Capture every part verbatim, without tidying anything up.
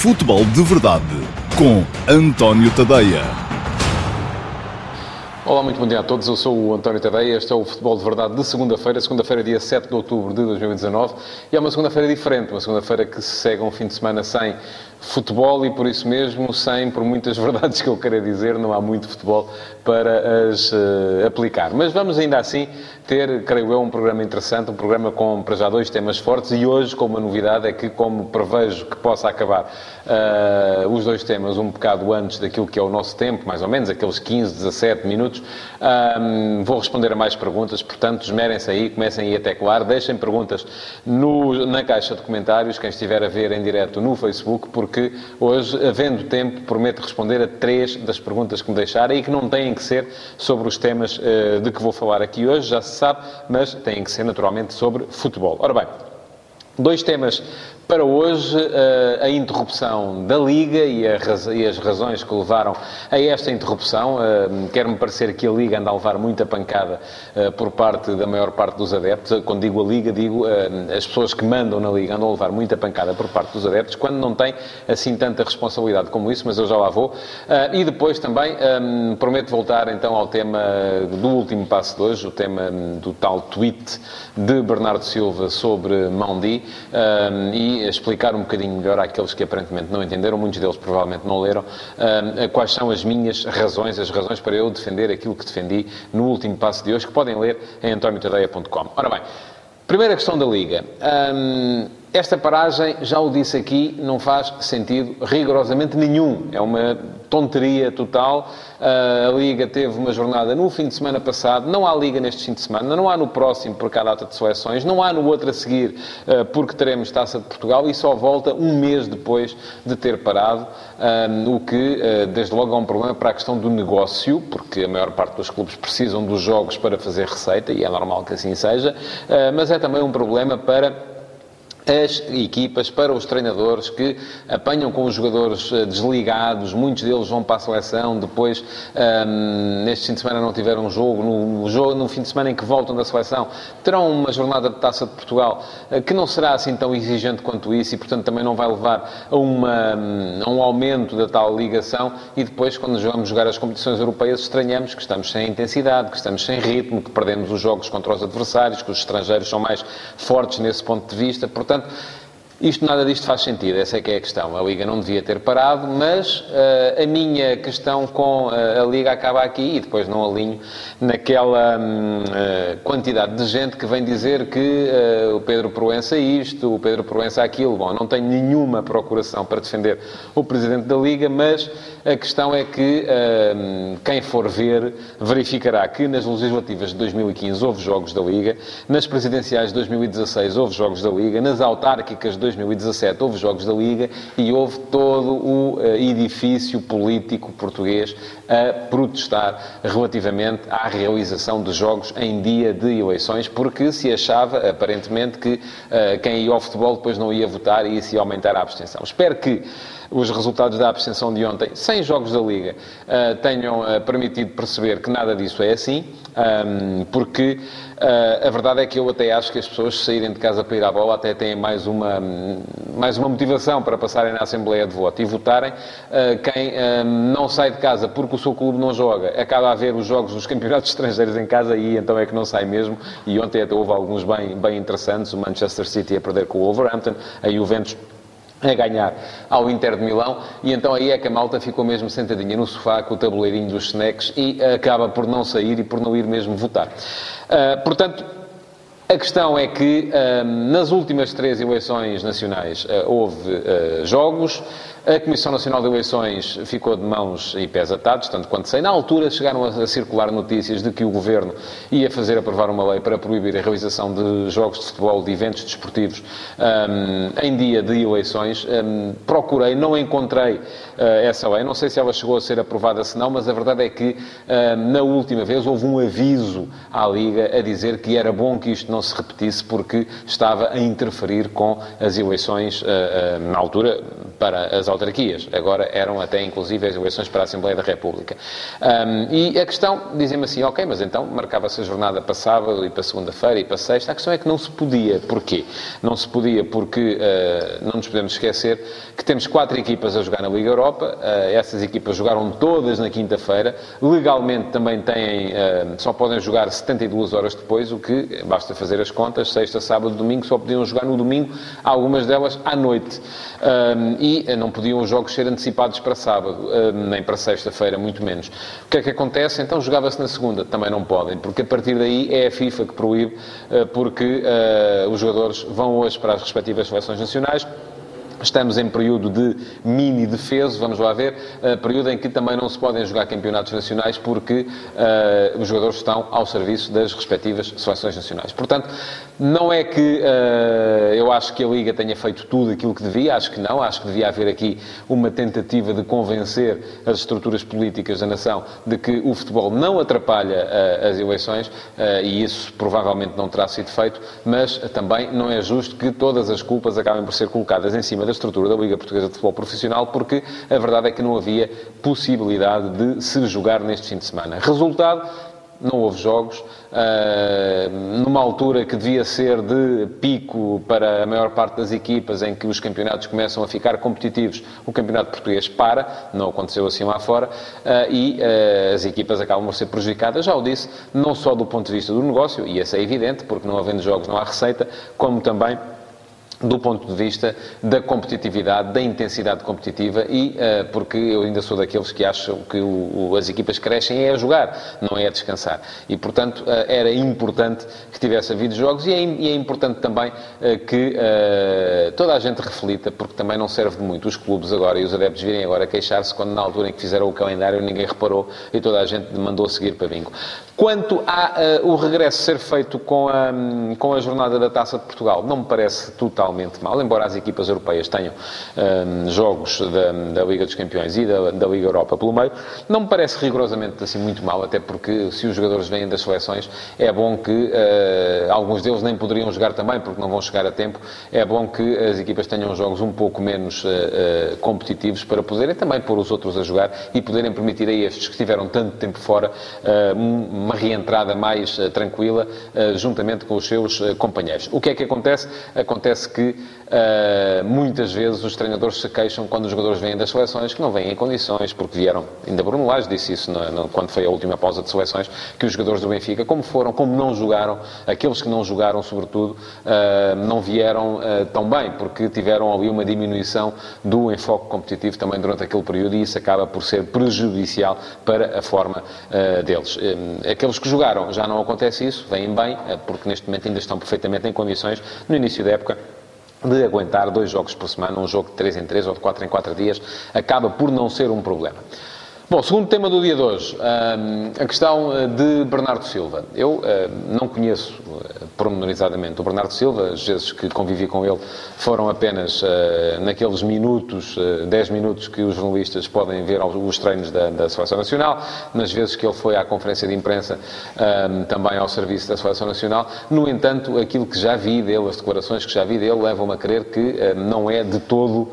Futebol de Verdade com António Tadeia. Olá, muito bom dia a todos. Eu sou o António Tadeia. Este é o Futebol de Verdade de segunda-feira, segunda-feira, dia sete de outubro de dois mil e dezanove. E é uma segunda-feira diferente, uma segunda-feira que se segue um fim de semana sem futebol e, por isso mesmo, sem, por muitas verdades que eu quero dizer, não há muito futebol para as uh, aplicar. Mas vamos ainda assim ter, creio eu, um programa interessante, um programa com, para já, dois temas fortes e hoje, com uma novidade, é que, como prevejo que possa acabar uh, os dois temas um bocado antes daquilo que é o nosso tempo, mais ou menos, aqueles quinze, dezassete minutos, um, vou responder a mais perguntas, portanto, esmerem-se aí, comecem aí a teclar, deixem perguntas no, na caixa de comentários, quem estiver a ver em direto no Facebook, porque que hoje, havendo tempo, prometo responder a três das perguntas que me deixarem e que não têm que ser sobre os temas uh, de que vou falar aqui hoje, já se sabe, mas têm que ser naturalmente sobre futebol. Ora bem, dois temas para hoje, a interrupção da Liga e as razões que levaram a esta interrupção. Quer-me parecer que a Liga anda a levar muita pancada por parte da maior parte dos adeptos. Quando digo a Liga, digo as pessoas que mandam na Liga andam a levar muita pancada por parte dos adeptos, quando não têm assim tanta responsabilidade como isso, mas eu já lá vou. E depois também prometo voltar então ao tema do último passo de hoje, o tema do tal tweet de Bernardo Silva sobre Mendy, e explicar um bocadinho melhor àqueles que aparentemente não entenderam, muitos deles provavelmente não leram, uh, quais são as minhas razões, as razões para eu defender aquilo que defendi no último passo de hoje, que podem ler em antonio tadeia ponto com. Ora bem, primeira questão da Liga. Um, esta paragem, já o disse aqui, não faz sentido rigorosamente nenhum. É uma tonteria total. Uh, a Liga teve uma jornada no fim de semana passado. Não há Liga neste fim de semana. Não há no próximo, porque há data de seleções. Não há no outro a seguir, uh, porque teremos Taça de Portugal. E só volta um mês depois de ter parado. Um, o que, uh, desde logo, é um problema para a questão do negócio, porque a maior parte dos clubes precisam dos jogos para fazer receita, e é normal que assim seja. Uh, mas é também um problema para as equipas, para os treinadores que apanham com os jogadores desligados, muitos deles vão para a seleção, depois um, neste fim de semana não tiveram jogo, no, jogo, no fim de semana em que voltam da seleção, terão uma jornada de Taça de Portugal que não será assim tão exigente quanto isso e, portanto, também não vai levar a, uma, a um aumento da tal ligação e depois, quando vamos jogar as competições europeias, estranhamos que estamos sem intensidade, que estamos sem ritmo, que perdemos os jogos contra os adversários, que os estrangeiros são mais fortes nesse ponto de vista, portanto, Portanto, isto, nada disto faz sentido, essa é que é a questão. A Liga não devia ter parado, mas uh, a minha questão com uh, a Liga acaba aqui e depois não alinho naquela um, uh, quantidade de gente que vem dizer que uh, o Pedro Proença isto, o Pedro Proença aquilo. Bom, não tenho nenhuma procuração para defender o Presidente da Liga, mas a questão é que uh, quem for ver verificará que nas legislativas de dois mil e quinze houve jogos da Liga, nas presidenciais de dois mil e dezasseis houve jogos da Liga, nas autárquicas de dois mil e dezassete houve jogos da Liga e houve todo o uh, edifício político português a protestar relativamente à realização de jogos em dia de eleições, porque se achava, aparentemente, que uh, quem ia ao futebol depois não ia votar e isso ia aumentar a abstenção. Espero que os resultados da abstenção de ontem, sem jogos da Liga, uh, tenham uh, permitido perceber que nada disso é assim, um, porque uh, a verdade é que eu até acho que as pessoas, se saírem de casa para ir à bola, até têm mais uma, mais uma motivação para passarem na Assembleia de Voto e votarem. Uh, quem uh, não sai de casa porque o seu clube não joga, acaba a ver os jogos dos campeonatos estrangeiros em casa e então é que não sai mesmo. E ontem até houve alguns bem, bem interessantes, o Manchester City a perder com o Wolverhampton, a Juventus a ganhar ao Inter de Milão, e então aí é que a malta ficou mesmo sentadinha no sofá com o tabuleirinho dos snacks e acaba por não sair e por não ir mesmo votar. Uh, portanto, a questão é que uh, nas últimas três eleições nacionais uh, houve uh, jogos. A Comissão Nacional de Eleições ficou de mãos e pés atados, tanto quanto sei. Na altura chegaram a circular notícias de que o Governo ia fazer aprovar uma lei para proibir a realização de jogos de futebol, de eventos desportivos, um, em dia de eleições. Um, procurei, não encontrei uh, essa lei. Não sei se ela chegou a ser aprovada, se não, mas a verdade é que uh, na última vez houve um aviso à Liga a dizer que era bom que isto não se repetisse porque estava a interferir com as eleições, uh, uh, na altura, para as autarquias. Agora eram até, inclusive, as eleições para a Assembleia da República. Um, e a questão, dizem-me assim, ok, mas então marcava-se a jornada para sábado e para segunda-feira e para sexta. A questão é que não se podia. Porquê? Não se podia porque uh, não nos podemos esquecer que temos quatro equipas a jogar na Liga Europa. Uh, essas equipas jogaram todas na quinta-feira. Legalmente também têm, uh, só podem jogar setenta e duas horas depois, o que, basta fazer as contas, sexta, sábado, domingo, só podiam jogar no domingo, algumas delas à noite. Um, e não podiam os jogos ser antecipados para sábado, um, nem para sexta-feira, muito menos. O que é que acontece? Então jogava-se na segunda. Também não podem, porque a partir daí é a FIFA que proíbe, uh, porque uh, os jogadores vão hoje para as respectivas seleções nacionais. Estamos em período de mini-defeso, vamos lá ver, uh, período em que também não se podem jogar campeonatos nacionais porque uh, os jogadores estão ao serviço das respectivas seleções nacionais. Portanto, não é que uh, eu acho que a Liga tenha feito tudo aquilo que devia, acho que não, acho que devia haver aqui uma tentativa de convencer as estruturas políticas da nação de que o futebol não atrapalha uh, as eleições uh, e isso provavelmente não terá sido feito, mas uh, também não é justo que todas as culpas acabem por ser colocadas em cima da estrutura da Liga Portuguesa de Futebol Profissional, porque a verdade é que não havia possibilidade de se jogar neste fim de semana. Resultado, não houve jogos, uh, numa altura que devia ser de pico para a maior parte das equipas, em que os campeonatos começam a ficar competitivos, o campeonato português para, não aconteceu assim lá fora, uh, e uh, as equipas acabam por ser prejudicadas, já o disse, não só do ponto de vista do negócio, e esse é evidente, porque não havendo jogos não há receita, como também do ponto de vista da competitividade, da intensidade competitiva e uh, porque eu ainda sou daqueles que acham que o, o, as equipas crescem é a jogar, não é a descansar. E, portanto, uh, era importante que tivesse havido jogos e é, e é importante também uh, que uh, toda a gente reflita, porque também não serve de muito os clubes agora e os adeptos virem agora queixar-se quando na altura em que fizeram o calendário ninguém reparou e toda a gente mandou seguir para bingo. Quanto ao uh, regresso ser feito com a, um, com a jornada da Taça de Portugal, não me parece totalmente mal, embora as equipas europeias tenham um, jogos da, da Liga dos Campeões e da, da Liga Europa pelo meio, não me parece rigorosamente assim muito mal, até porque se os jogadores vêm das seleções, é bom que uh, alguns deles nem poderiam jogar também, porque não vão chegar a tempo, é bom que as equipas tenham jogos um pouco menos uh, uh, competitivos para poderem também pôr os outros a jogar e poderem permitir a estes que estiveram tanto tempo fora uh, uma reentrada mais uh, tranquila, uh, juntamente com os seus uh, companheiros. O que é que acontece? Acontece que uh, muitas vezes os treinadores se queixam quando os jogadores vêm das seleções que não vêm em condições, porque vieram, ainda Bruno Lage disse isso no, no, quando foi a última pausa de seleções, que os jogadores do Benfica, como foram, como não jogaram, aqueles que não jogaram sobretudo, uh, não vieram uh, tão bem, porque tiveram ali uma diminuição do enfoque competitivo também durante aquele período e isso acaba por ser prejudicial para a forma uh, deles. Uh, aqueles que jogaram, já não acontece isso, vêm bem, uh, porque neste momento ainda estão perfeitamente em condições, no início da época, de aguentar dois jogos por semana, um jogo de três em três ou de quatro em quatro dias, acaba por não ser um problema. Bom, segundo tema do dia de hoje, a questão de Bernardo Silva. Eu não conheço pormenorizadamente o Bernardo Silva, as vezes que convivi com ele foram apenas naqueles minutos, dez minutos que os jornalistas podem ver os treinos da, da Seleção Nacional, nas vezes que ele foi à conferência de imprensa também ao serviço da Seleção Nacional. No entanto, aquilo que já vi dele, as declarações que já vi dele, levam-me a crer que não é de todo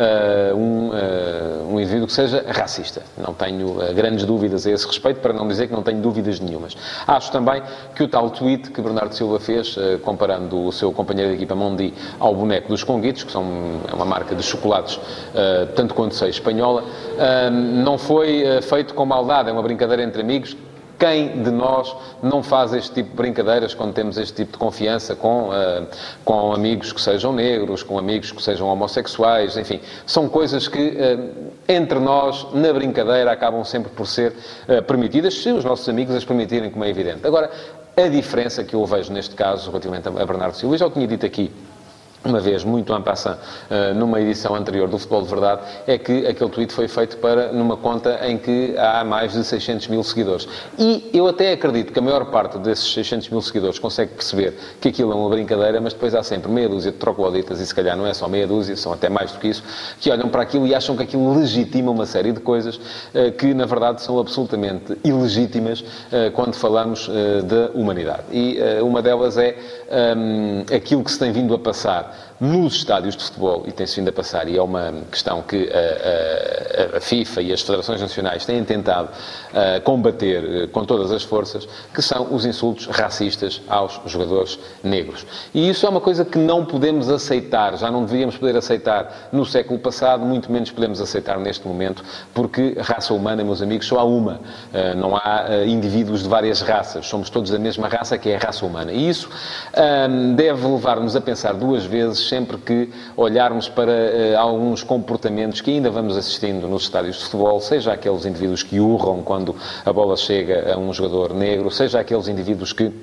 um, um indivíduo que seja racista. Não tenho grandes dúvidas a esse respeito, para não dizer que não tenho dúvidas nenhumas. Acho também que o tal tweet que Bernardo Silva fez, comparando o seu companheiro de equipa Mondi ao boneco dos Conguitos, que são uma marca de chocolates, tanto quanto sei, espanhola, não foi feito com maldade, é uma brincadeira entre amigos. Quem de nós não faz este tipo de brincadeiras quando temos este tipo de confiança com, uh, com amigos que sejam negros, com amigos que sejam homossexuais, enfim, são coisas que uh, entre nós, na brincadeira, acabam sempre por ser uh, permitidas, se os nossos amigos as permitirem, como é evidente. Agora, a diferença que eu vejo neste caso, relativamente a Bernardo Silva, eu já o tinha dito aqui, uma vez, muito en passant, numa edição anterior do Futebol de Verdade, é que aquele tweet foi feito para, numa conta em que há mais de seiscentos mil seguidores. E eu até acredito que a maior parte desses seiscentos mil seguidores consegue perceber que aquilo é uma brincadeira, mas depois há sempre meia dúzia de trogloditas, e se calhar não é só meia dúzia, são até mais do que isso, que olham para aquilo e acham que aquilo legitima uma série de coisas que, na verdade, são absolutamente ilegítimas quando falamos da humanidade. E uma delas é aquilo que se tem vindo a passar nos estádios de futebol, e tem-se vindo a passar, e é uma questão que a, a, a FIFA e as federações nacionais têm tentado uh, combater uh, com todas as forças, que são os insultos racistas aos jogadores negros. E isso é uma coisa que não podemos aceitar, já não devíamos poder aceitar no século passado, muito menos podemos aceitar neste momento, porque raça humana, meus amigos, só há uma. Uh, não há uh, indivíduos de várias raças, somos todos da mesma raça, que é a raça humana. E isso uh, deve levar-nos a pensar duas vezes sempre que olharmos para uh, alguns comportamentos que ainda vamos assistindo nos estádios de futebol, seja aqueles indivíduos que urram quando a bola chega a um jogador negro, seja aqueles indivíduos que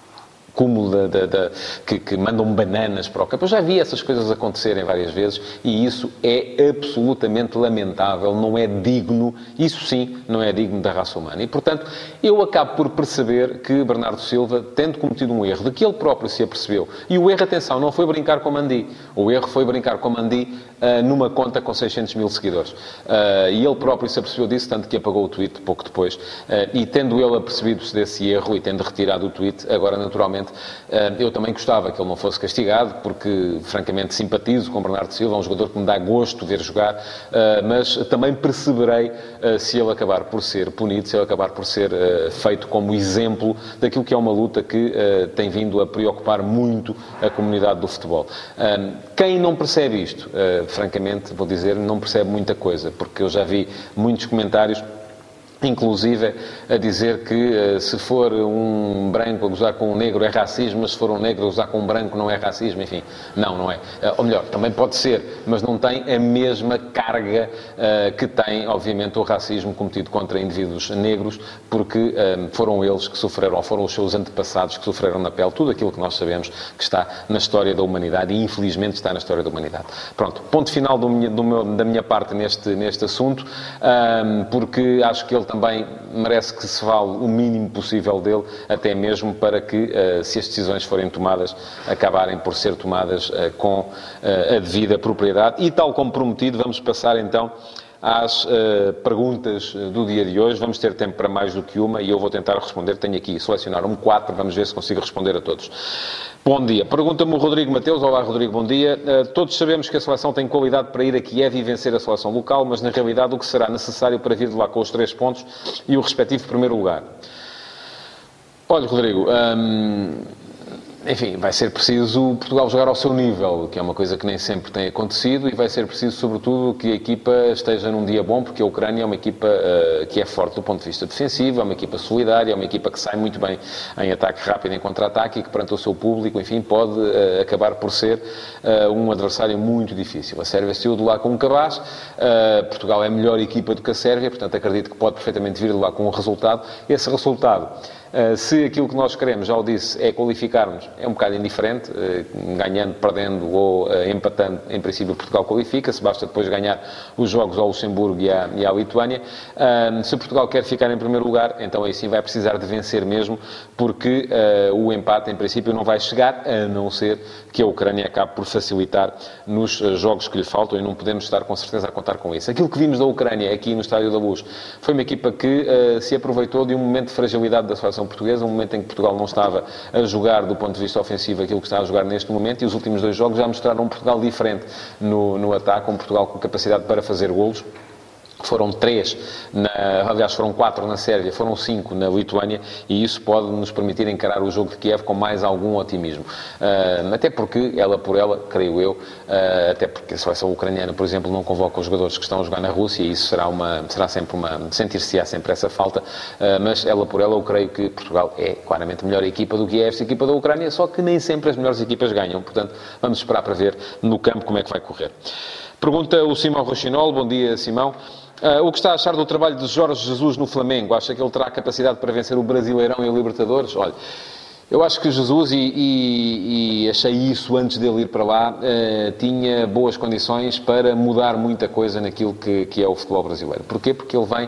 cúmulo de, de, de, que, que mandam bananas para o campo. Eu já vi essas coisas acontecerem várias vezes e isso é absolutamente lamentável, não é digno, isso sim, não é digno da raça humana. E, portanto, eu acabo por perceber que Bernardo Silva, tendo cometido um erro, de que ele próprio se apercebeu, e o erro, atenção, não foi brincar com Mandi, o erro foi brincar com Mandi uh, numa conta com seiscentos mil seguidores. Uh, e ele próprio se apercebeu disso, tanto que apagou o tweet pouco depois. Uh, e tendo ele apercebido-se desse erro e tendo retirado o tweet, agora, naturalmente, eu também gostava que ele não fosse castigado, porque, francamente, simpatizo com Bernardo Silva, é um jogador que me dá gosto ver jogar, mas também perceberei se ele acabar por ser punido, se ele acabar por ser feito como exemplo daquilo que é uma luta que tem vindo a preocupar muito a comunidade do futebol. Quem não percebe isto, francamente, vou dizer, não percebe muita coisa, porque eu já vi muitos comentários, inclusive a dizer que se for um branco a gozar com um negro é racismo, mas se for um negro a gozar com um branco não é racismo, enfim, não, não é. Ou melhor, também pode ser, mas não tem a mesma carga uh, que tem, obviamente, o racismo cometido contra indivíduos negros, porque um, foram eles que sofreram, ou foram os seus antepassados que sofreram na pele tudo aquilo que nós sabemos que está na história da humanidade e, infelizmente, está na história da humanidade. Pronto, ponto final do minha, do meu, da minha parte neste, neste assunto, um, porque acho que ele também merece que se fale o mínimo possível dele, até mesmo para que, uh, se as decisões forem tomadas, acabarem por ser tomadas uh, com uh, a devida propriedade. E, tal como prometido, vamos passar então às uh, perguntas do dia de hoje. Vamos ter tempo para mais do que uma e eu vou tentar responder. Tenho aqui, selecionaram-me quatro, vamos ver se consigo responder a todos. Bom dia. Pergunta-me o Rodrigo Mateus. Olá, Rodrigo, bom dia. Uh, todos sabemos que a seleção tem qualidade para ir a Kiev e vencer a seleção local, mas, na realidade, o que será necessário para vir de lá com os três pontos e o respectivo primeiro lugar? Olha, Rodrigo, hum, enfim, vai ser preciso Portugal jogar ao seu nível, que é uma coisa que nem sempre tem acontecido, e vai ser preciso, sobretudo, que a equipa esteja num dia bom, porque a Ucrânia é uma equipa uh, que é forte do ponto de vista defensivo, é uma equipa solidária, é uma equipa que sai muito bem em ataque rápido, em contra-ataque, e que, perante o seu público, enfim, pode uh, acabar por ser uh, um adversário muito difícil. A Sérvia saiu de lá com um cabaz, uh, Portugal é a melhor equipa do que a Sérvia, portanto, acredito que pode perfeitamente vir de lá com um resultado. Esse resultado, Uh, se aquilo que nós queremos, já o disse, é qualificarmos, é um bocado indiferente, uh, ganhando, perdendo ou uh, empatando, em princípio Portugal qualifica-se, basta depois ganhar os jogos ao Luxemburgo e à, e à Lituânia. Uh, se Portugal quer ficar em primeiro lugar, então aí sim vai precisar de vencer mesmo, porque uh, o empate, em princípio, não vai chegar, a não ser que a Ucrânia acabe por facilitar nos uh, jogos que lhe faltam, e não podemos estar com certeza a contar com isso. Aquilo que vimos da Ucrânia aqui no Estádio da Luz foi uma equipa que uh, se aproveitou de um momento de fragilidade da seleção portuguesa, um momento em que Portugal não estava a jogar do ponto de vista ofensivo aquilo que está a jogar neste momento, e os últimos dois jogos já mostraram um Portugal diferente no, no ataque, um Portugal com capacidade para fazer golos. Foram três, na, aliás foram quatro na Sérvia, foram cinco na Lituânia, e isso pode nos permitir encarar o jogo de Kiev com mais algum otimismo. Uh, até porque, ela por ela, creio eu, uh, até porque a seleção ucraniana, por exemplo, não convoca os jogadores que estão a jogar na Rússia, e isso será, uma, será sempre uma... sentir-se-á sempre essa falta, uh, mas ela por ela, eu creio que Portugal é claramente a melhor equipa do que é esta equipa da Ucrânia, só que nem sempre as melhores equipas ganham, portanto, vamos esperar para ver no campo como é que vai correr. Pergunta o Simão Rochinol. Bom dia, Simão. Uh, o que está a achar do trabalho de Jorge Jesus no Flamengo? Acha que ele terá capacidade para vencer o Brasileirão e o Libertadores? Olha, eu acho que Jesus, e, e, e achei isso antes dele ir para lá, uh, tinha boas condições para mudar muita coisa naquilo que, que é o futebol brasileiro. Porquê? Porque ele vem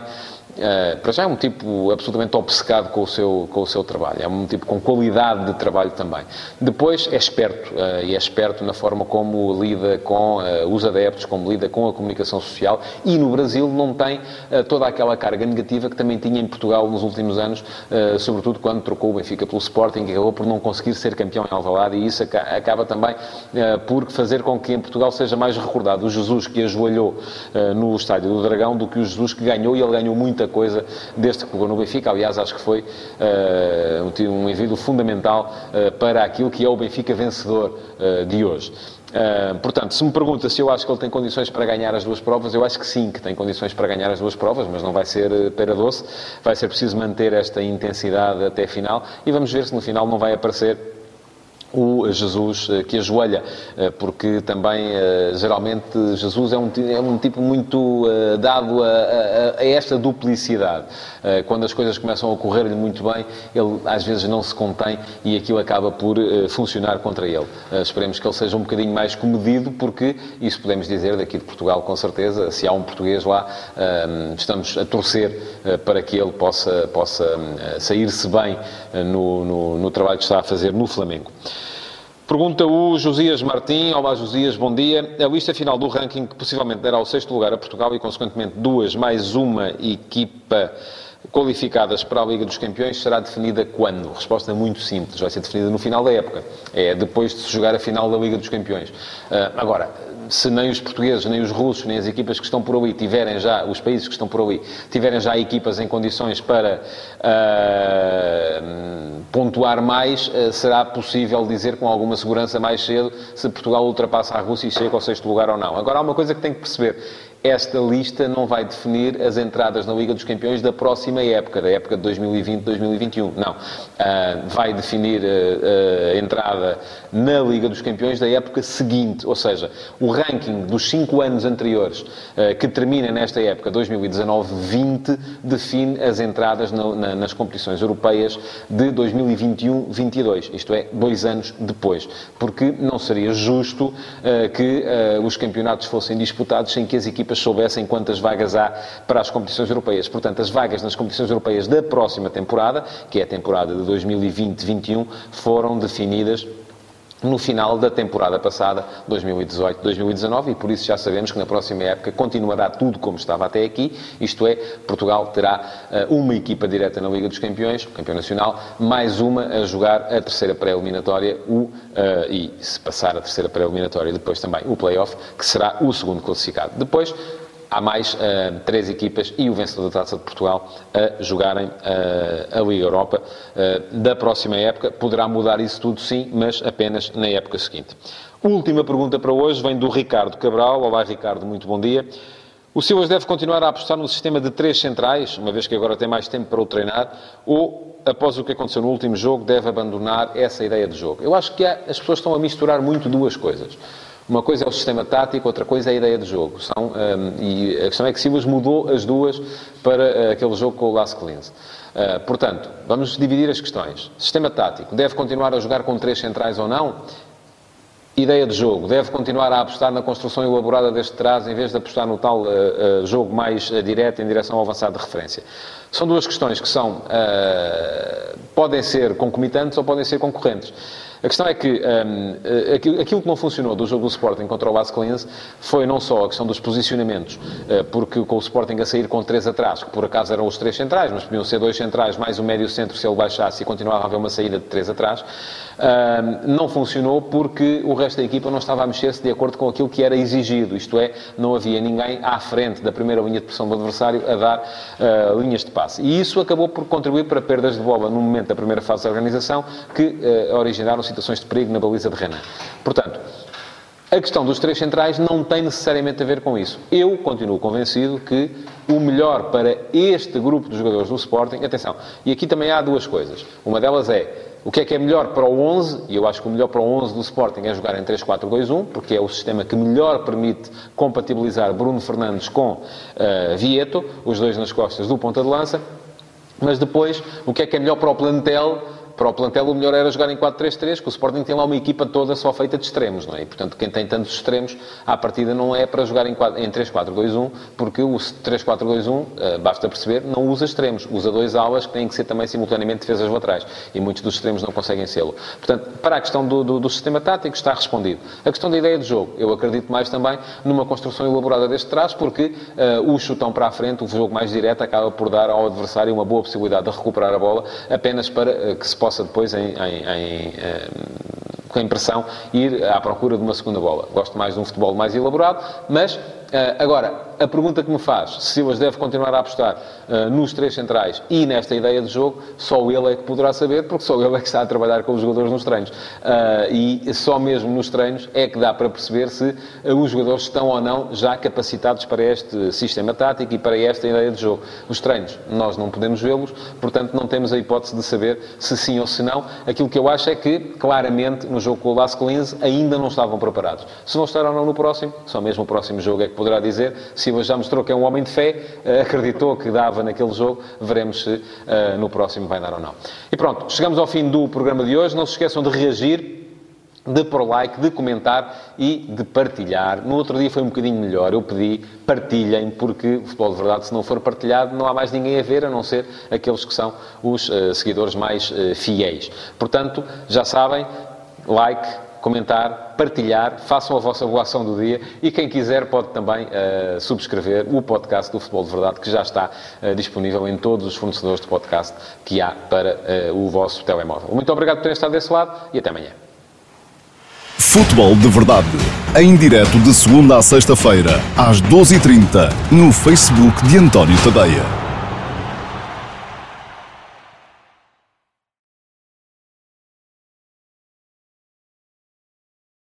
Uh, para já é um tipo absolutamente obcecado com o, seu, com o seu trabalho, é um tipo com qualidade de trabalho também. Depois é esperto, uh, e é esperto na forma como lida com uh, os adeptos, como lida com a comunicação social, e no Brasil não tem uh, toda aquela carga negativa que também tinha em Portugal nos últimos anos, uh, sobretudo quando trocou o Benfica pelo Sporting, que acabou por não conseguir ser campeão em Alvalade, e isso aca- acaba também uh, por fazer com que em Portugal seja mais recordado o Jesus que ajoelhou uh, no Estádio do Dragão do que o Jesus que ganhou, e ele ganhou muita coisa desde que pegou no Benfica. Aliás, acho que foi uh, um indivíduo fundamental uh, para aquilo que é o Benfica vencedor uh, de hoje. Uh, portanto, se me pergunta se eu acho que ele tem condições para ganhar as duas provas, eu acho que sim, que tem condições para ganhar as duas provas, mas não vai ser uh, pera doce, vai ser preciso manter esta intensidade até a final, e vamos ver se no final não vai aparecer o Jesus que ajoelha, porque também, geralmente, Jesus é um, é um tipo muito dado a, a, a esta duplicidade. Quando as coisas começam a correr-lhe muito bem, ele às vezes não se contém e aquilo acaba por funcionar contra ele. Esperemos que ele seja um bocadinho mais comedido, porque isso podemos dizer daqui de Portugal, com certeza. Se há um português lá, estamos a torcer para que ele possa, possa sair-se bem no, no, no trabalho que está a fazer no Flamengo. Pergunta o Josias Martim. Olá, Josias, bom dia. A lista final do ranking, que possivelmente dará o sexto lugar a Portugal e, consequentemente, duas mais uma equipa qualificadas para a Liga dos Campeões, será definida quando? Resposta muito simples. Vai ser definida no final da época. É depois de se jogar a final da Liga dos Campeões. Uh, agora, se nem os portugueses, nem os russos, nem as equipas que estão por ali tiverem já, os países que estão por ali, tiverem já equipas em condições para uh, pontuar mais, uh, será possível dizer com alguma segurança mais cedo se Portugal ultrapassa a Rússia e chega ao sexto lugar ou não. Agora, há uma coisa que tem que perceber. Esta lista não vai definir as entradas na Liga dos Campeões da próxima época, da época de dois mil e vinte, dois mil e vinte e um. Não. Uh, vai definir uh, a entrada na Liga dos Campeões da época seguinte. Ou seja, o ranking dos cinco anos anteriores, uh, que termina nesta época, dois mil e dezanove vinte, define as entradas no, na, nas competições europeias de dois mil e vinte e um vinte e dois. Isto é, dois anos depois. Porque não seria justo uh, que uh, os campeonatos fossem disputados sem que as equipas soubessem quantas vagas há para as competições europeias. Portanto, as vagas nas competições europeias da próxima temporada, que é a temporada de dois mil e vinte vinte e um, foram definidas no final da temporada passada, dois mil e dezoito dois mil e dezanove, e por isso já sabemos que na próxima época continuará tudo como estava até aqui, isto é, Portugal terá uh, uma equipa direta na Liga dos Campeões, o campeão nacional, mais uma a jogar a terceira pré-eliminatória, o, uh, e se passar a terceira pré-eliminatória, depois também o play-off, que será o segundo classificado. Depois, há mais uh, três equipas e o vencedor da Taça de Portugal a jogarem uh, a Liga Europa uh, da próxima época. Poderá mudar isso tudo, sim, mas apenas na época seguinte. Última pergunta para hoje vem do Ricardo Cabral. Olá, Ricardo, muito bom dia. O Silas deve continuar a apostar no sistema de três centrais, uma vez que agora tem mais tempo para o treinar, ou, após o que aconteceu no último jogo, deve abandonar essa ideia de jogo? Eu acho que há, as pessoas estão a misturar muito duas coisas. Uma coisa é o sistema tático, outra coisa é a ideia de jogo. São, um, e a questão é que Silas mudou as duas para uh, aquele jogo com o Las Linz. Uh, portanto, vamos dividir as questões. Sistema tático, deve continuar a jogar com três centrais ou não? Ideia de jogo, deve continuar a apostar na construção elaborada deste trás em vez de apostar no tal uh, uh, jogo mais uh, direto em direção ao avançado de referência. São duas questões que são, uh, podem ser concomitantes ou podem ser concorrentes. A questão é que um, aquilo que não funcionou do jogo do Sporting contra o Las Linz foi não só a questão dos posicionamentos, porque com o Sporting a sair com três atrás, que por acaso eram os três centrais, mas podiam ser dois centrais mais o médio centro se ele baixasse e continuava a haver uma saída de três atrás, um, não funcionou porque o resto da equipa não estava a mexer-se de acordo com aquilo que era exigido, isto é, não havia ninguém à frente da primeira linha de pressão do adversário a dar uh, linhas de passe. E isso acabou por contribuir para perdas de bola no momento da primeira fase da organização, que uh, originaram situações de perigo na baliza de Renan. Portanto, a questão dos três centrais não tem necessariamente a ver com isso. Eu continuo convencido que o melhor para este grupo de jogadores do Sporting... Atenção, e aqui também há duas coisas. Uma delas é o que é que é melhor para o onze, e eu acho que o melhor para o onze do Sporting é jogar em três quatro dois um, porque é o sistema que melhor permite compatibilizar Bruno Fernandes com uh, Vieto, os dois nas costas do ponta de lança. Mas depois, o que é que é melhor para o plantel para o plantel o melhor era jogar em quatro três três, que o Sporting tem lá uma equipa toda só feita de extremos, não é? E, portanto, quem tem tantos extremos, à partida não é para jogar em, em três quatro dois um, porque o três quatro dois um, uh, basta perceber, não usa extremos, usa dois alas que têm que ser também simultaneamente defesas laterais, e muitos dos extremos não conseguem sê-lo. Portanto, para a questão do, do, do sistema tático está respondido. A questão da ideia de jogo, eu acredito mais também numa construção elaborada deste traço, porque uh, o chutão para a frente, o jogo mais direto, acaba por dar ao adversário uma boa possibilidade de recuperar a bola, apenas para uh, que se possa depois, em, em, em, uh, com a impressão, ir à procura de uma segunda bola. Gosto mais de um futebol mais elaborado, mas, uh, agora, a pergunta que me faz, se Silas deve continuar a apostar uh, nos três centrais e nesta ideia de jogo, só ele é que poderá saber, porque só ele é que está a trabalhar com os jogadores nos treinos. Uh, e só mesmo nos treinos é que dá para perceber se uh, os jogadores estão ou não já capacitados para este sistema tático e para esta ideia de jogo. Os treinos, nós não podemos vê-los, portanto não temos a hipótese de saber se sim ou se não. Aquilo que eu acho é que, claramente, no jogo com o Lask Linz, ainda não estavam preparados. Se vão estar ou não no próximo, só mesmo o próximo jogo é que poderá dizer. Se já mostrou que é um homem de fé, acreditou que dava naquele jogo, veremos se uh, no próximo vai dar ou não. E pronto, chegamos ao fim do programa de hoje. Não se esqueçam de reagir, de pôr like, de comentar e de partilhar. No outro dia foi um bocadinho melhor. Eu pedi, partilhem, porque o futebol de verdade, se não for partilhado, não há mais ninguém a ver, a não ser aqueles que são os uh, seguidores mais uh, fiéis. Portanto, já sabem, like, comentar, partilhar, façam a vossa boa ação do dia e quem quiser pode também uh, subscrever o podcast do Futebol de Verdade, que já está uh, disponível em todos os fornecedores de podcast que há para uh, o vosso telemóvel. Muito obrigado por terem estado desse lado e até amanhã. Futebol de Verdade, em direto de segunda a sexta-feira, às doze e trinta, no Facebook de António Tadeia.